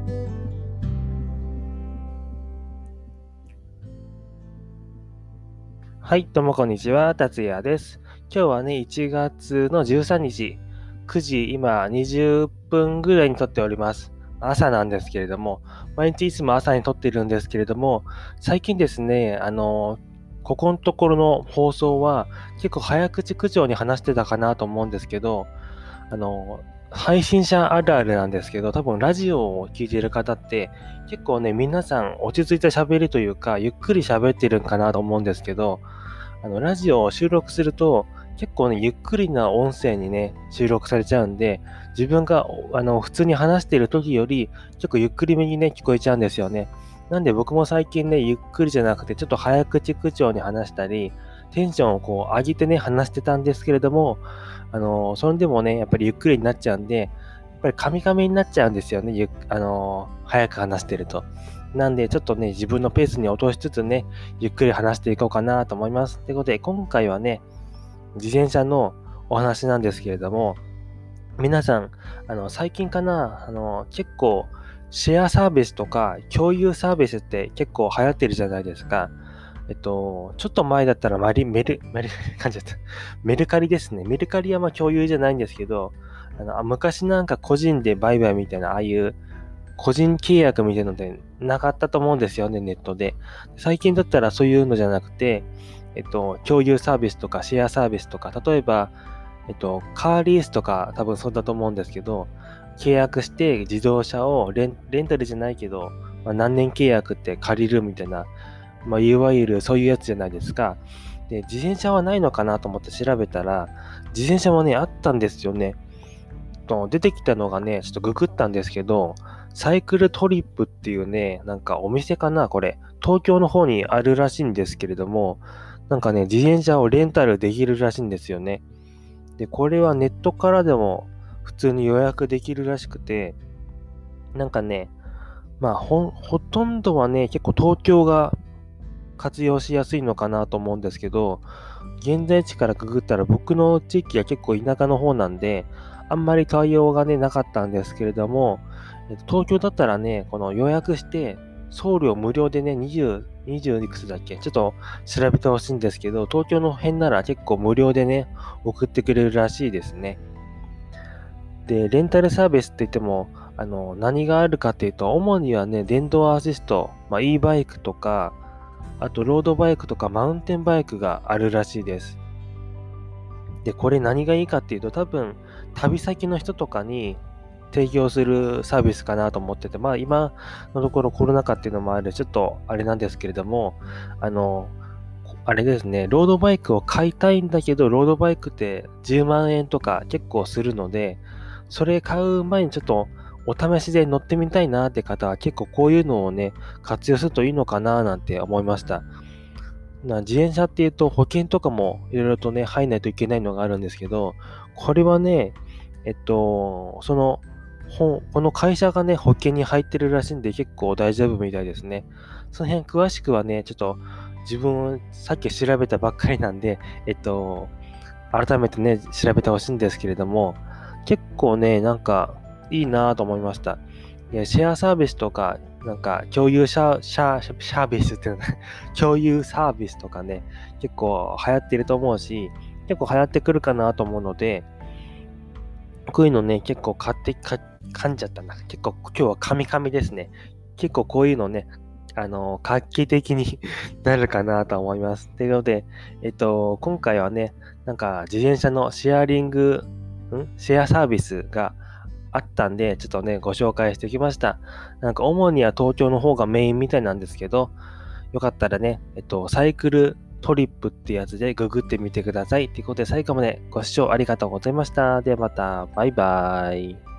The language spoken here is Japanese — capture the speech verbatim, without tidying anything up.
はい、どうもこんにちは、達也です。今日はね、いちがつのじゅうさんにち、くじ、今にじゅっぷんぐらいに撮っております。朝なんですけれども、毎日いつも朝に撮っているんですけれども、最近ですね、あの、ここのところの放送は結構早口口調に話してたかなと思うんですけど、あの、配信者あるあるなんですけど、多分ラジオを聞いている方って結構ね、皆さん落ち着いた喋りというか、ゆっくり喋ってるんかなと思うんですけど、あの、ラジオを収録すると、結構ね、ゆっくりな音声にね、収録されちゃうんで、自分が、あの、普通に話している時より、結構ゆっくりめにね、聞こえちゃうんですよね。なんで僕も最近ね、ゆっくりじゃなくて、ちょっと早口口調に話したり、テンションをこう上げてね、話してたんですけれども、あの、それでもね、やっぱりゆっくりになっちゃうんで、やっぱりカミカミになっちゃうんですよね、ゆあの、早く話してると。なんで、ちょっとね、自分のペースに落としつつね、ゆっくり話していこうかなと思います。ということで、今回はね、自転車のお話なんですけれども、皆さん、あの、最近かな、あの、結構、シェアサービスとか共有サービスって結構流行ってるじゃないですか。えっと、ちょっと前だったらマリ、メル、メル、噛んじゃった。メルカリですね。メルカリはまあ共有じゃないんですけど、あの、昔なんか個人で売買みたいな、ああいう個人契約みたいなのでなかったと思うんですよね、ネットで。最近だったらそういうのじゃなくて、えっと、共有サービスとかシェアサービスとか、例えば、えっと、カーリースとか多分そうだと思うんですけど、契約して自動車をレン、レンタルじゃないけど、まあ、何年契約って借りるみたいな、まあ、いわゆるそういうやつじゃないですか。で、自転車はないのかなと思って調べたら、自転車もね、あったんですよね。と出てきたのがね、ちょっとググったんですけど、サイクルトリップっていうね、なんかお店かな、これ。東京の方にあるらしいんですけれども、なんかね、自転車をレンタルできるらしいんですよね。で、これはネットからでも普通に予約できるらしくて、なんかね、まあ、ほ、ほとんどはね、結構東京が活用しやすいのかなと思うんですけど、現在地からググったら僕の地域は結構田舎の方なんで、あんまり対応がね、なかったんですけれども、えっと東京だったらね、この予約して、送料無料でね、にじゅう、にじゅういくつだっけちょっと調べてほしいんですけど、東京の辺なら結構無料でね、送ってくれるらしいですね。で、レンタルサービスって言っても、あの、何があるかっていうと、主にはね、電動アシスト、まあ、e バイクとか、あとロードバイクとかマウンテンバイクがあるらしいです。で、これ何がいいかっていうと、多分、旅先の人とかに提供するサービスかなと思ってて、まあ今のところコロナ禍っていうのもある、ちょっとあれなんですけれども、あの、あれですね、ロードバイクを買いたいんだけど、ロードバイクってじゅうまんえんとか結構するので、それ買う前にちょっとお試しで乗ってみたいなって方は結構こういうのをね、活用するといいのかななんて思いました。な自転車っていうと保険とかもいろいろとね、入んないといけないのがあるんですけど、これはね、えっと、その、ほこの会社がね、保険に入ってるらしいんで結構大丈夫みたいですね。その辺詳しくはね、ちょっと自分さっき調べたばっかりなんで、えっと、改めてね、調べてほしいんですけれども、結構ね、なんかいいなぁと思いました。いや、シェアサービスとか、なんか共有シャシャシャービスっていうの共有サービスとかね、結構流行ってると思うし、結構流行ってくるかなと思うので、こういうのね、結構買ってか、噛んじゃったな。結構今日はカミカミですね。結構こういうのね、あの、画期的になるかなと思います。というので、えっと、今回はね、なんか自転車のシェアリング、んシェアサービスがあったんで、ちょっとね、ご紹介してきました。なんか主には東京の方がメインみたいなんですけど、よかったらね、えっと、サイクルトリップってやつでググってみてください。ということで最後までご視聴ありがとうございました。ではまた、バイバイ。